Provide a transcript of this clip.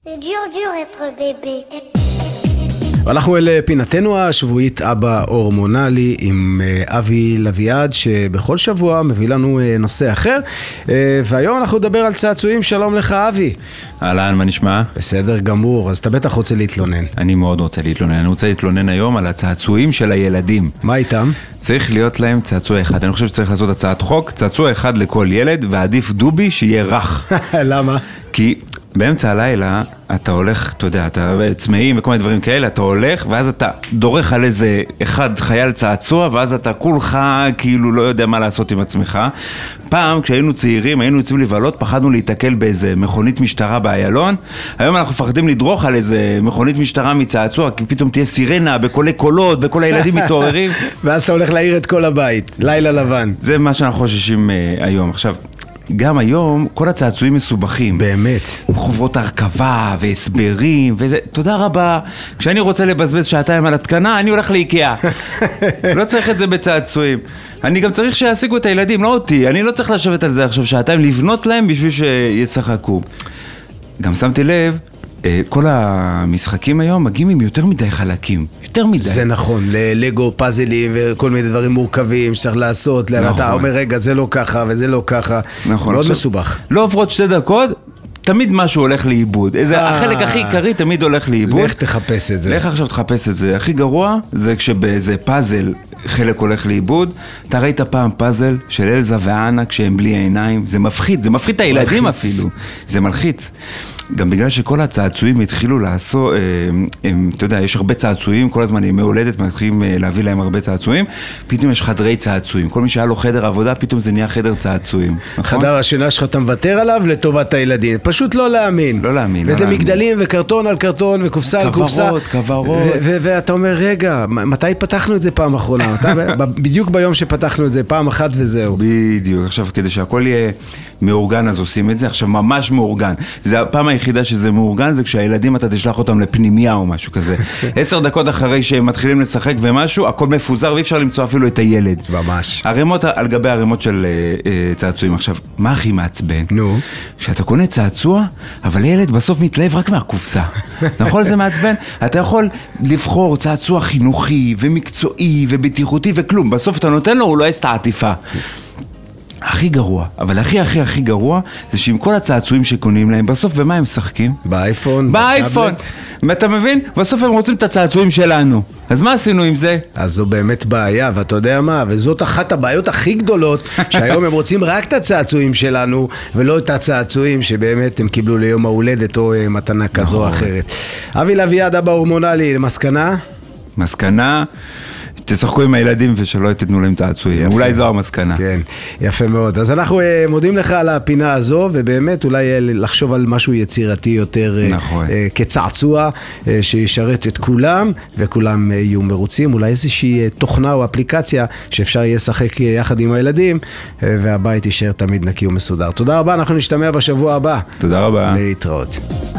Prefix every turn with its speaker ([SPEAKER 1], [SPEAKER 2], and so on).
[SPEAKER 1] C'est dur être bébé.
[SPEAKER 2] אנחנו אל פינתנו השבועית אבא הורמונלי עם אבי לביעד שבכל שבוע מביא לנו נושא אחר, והיום אנחנו נדבר על צעצועים. שלום לך אבי.
[SPEAKER 3] אהלן, מה נשמע?
[SPEAKER 2] בסדר גמור, אז אתה בטח רוצה להתלונן.
[SPEAKER 3] אני מאוד רוצה להתלונן, אני רוצה להתלונן היום על הצעצועים של הילדים.
[SPEAKER 2] מה איתם?
[SPEAKER 3] צריך להיות להם צעצוע אחד, אני חושב שצריך לעשות הצעת חוק, צעצוע אחד לכל ילד, ועדיף דובי שיהיה רך.
[SPEAKER 2] למה?
[SPEAKER 3] כי באמצע הלילה אתה הולך, אתה יודע, אתה צמאים וכל מיני דברים כאלה, אתה הולך ואז אתה דורך על איזה אחד חייל צעצוע, ואז אתה כולך כאילו לא יודע מה לעשות עם עצמך. פעם כשהיינו צעירים, היינו יוצאים לבלות, פחדנו להתקל באיזה מכונית משטרה באיילון. היום אנחנו מפחדים לדרוך על איזה מכונית משטרה מצעצוע, כי פתאום תהיה סירנה בקולי קולות וכל הילדים מתעוררים.
[SPEAKER 2] ואז אתה הולך להעיר את כל הבית, לילה לבן.
[SPEAKER 3] זה מה שאנחנו חוששים היום. עכשיו, גם היום כל הצעצועים מסובכים.
[SPEAKER 2] באמת.
[SPEAKER 3] חוברות הרכבה והסברים וזה. תודה רבה. כשאני רוצה לבזבז שעתיים על התקנה, אני הולך לאיקאה. לא צריך את זה בצעצועים. אני גם צריך שיעסיקו את הילדים, לא אותי. אני לא צריך לשבת על זה עכשיו שעתיים, לבנות להם בשביל שישחקו. גם שמתי לב, כל המשחקים היום מגיעים עם יותר מדי חלקים. יותר מדי.
[SPEAKER 2] זה נכון, ללגו, פאזלים וכל מיני דברים מורכבים שצריך לעשות. נכון. אתה אומר רגע, זה לא ככה וזה לא ככה.
[SPEAKER 3] נכון.
[SPEAKER 2] מאוד מסובך.
[SPEAKER 3] לא עוברות 2 דקות, תמיד משהו הולך לאיבוד. החלק הכי עיקרי תמיד הולך לאיבוד.
[SPEAKER 2] לך תחפש את זה.
[SPEAKER 3] לך עכשיו תחפש את זה. הכי גרוע זה כשבאיזה פאזל חלק הולך לאיבוד. אתה ראית פעם פאזל של אלזה ואנה כשהם בלי העיניים? זה מפחיד, זה מפחיד את הילדים אפילו. זה מלחיץ. גם בגלל שכל הצעצועים התחילו לעשות, אתה יודע, יש הרבה צעצועים, כל הזמן ימי הולדת מתחילים להביא להם הרבה צעצועים, פתאום יש חדרי צעצועים, כל מי שהיה לו חדר עבודה, פתאום זה נהיה חדר צעצועים, נכון?
[SPEAKER 2] חדר השינה שלך אתה מוותר עליו לטובת הילדים, פשוט לא להאמין.
[SPEAKER 3] לא להאמין.
[SPEAKER 2] וזה מגדלים וקרטון על קרטון וקופסה על קופסה.
[SPEAKER 3] כברות.
[SPEAKER 2] ואתה אומר, רגע, מתי פתחנו את זה פעם אחרונה? בדיוק ביום שפתחנו את זה, פעם אחת וזהו.
[SPEAKER 3] בדיוק, עכשיו כדי שהכל יהיה מאורגן אז עושים את זה, עכשיו ממש מאורגן. זה הפעם היחידה שזה מאורגן, זה כשהילדים אתה תשלח אותם לפנימיה או משהו כזה. 10 דקות אחרי שהם מתחילים לשחק ומשהו, הכל מפוזר ואי אפשר למצוא אפילו את הילד.
[SPEAKER 2] ממש.
[SPEAKER 3] הרמות על גבי הרמות של צעצועים. עכשיו, מה הכי מעצבן?
[SPEAKER 2] נו.
[SPEAKER 3] כשאתה קונה צעצוע, אבל הילד בסוף מתלהב רק מהקופסה. נכון זה מעצבן? אתה יכול לבחור צעצוע חינוכי ומקצועי ובטיחותי וכלום. בסוף אתה נותן לו, הוא לא יעשה את העטיפה. הכי גרוע, אבל הכי גרוע זה שעם כל הצעצועים שקונים להם, בסוף במה הם משחקים?
[SPEAKER 2] באייפון.
[SPEAKER 3] באייפון. אתה מבין? בסוף הם רוצים את הצעצועים שלנו. אז מה עשינו עם זה?
[SPEAKER 2] אז זו באמת בעיה, ואתה יודע מה? וזאת אחת הבעיות הכי גדולות, שהיום הם רוצים רק את הצעצועים שלנו, ולא את הצעצועים שבאמת הם קיבלו ליום ההולדת או מתנה כזו או אחרת. אבי לביעד, אבא הורמונלי, למסקנה?
[SPEAKER 3] מסקנה? תשחקו עם הילדים ושלא תתנו להם צעצועים. אולי זו המסקנה.
[SPEAKER 2] כן, יפה מאוד. אז אנחנו מודים לך על הפינה הזו, ובאמת אולי לחשוב על משהו יצירתי יותר כצעצוע, שישרת את כולם, וכולם יהיו מרוצים. אולי איזושהי תוכנה או אפליקציה שאפשר יהיה לשחק יחד עם הילדים, והבית יישאר תמיד נקי ומסודר. תודה רבה, אנחנו נשתמע בשבוע הבא.
[SPEAKER 3] תודה רבה.
[SPEAKER 2] להתראות.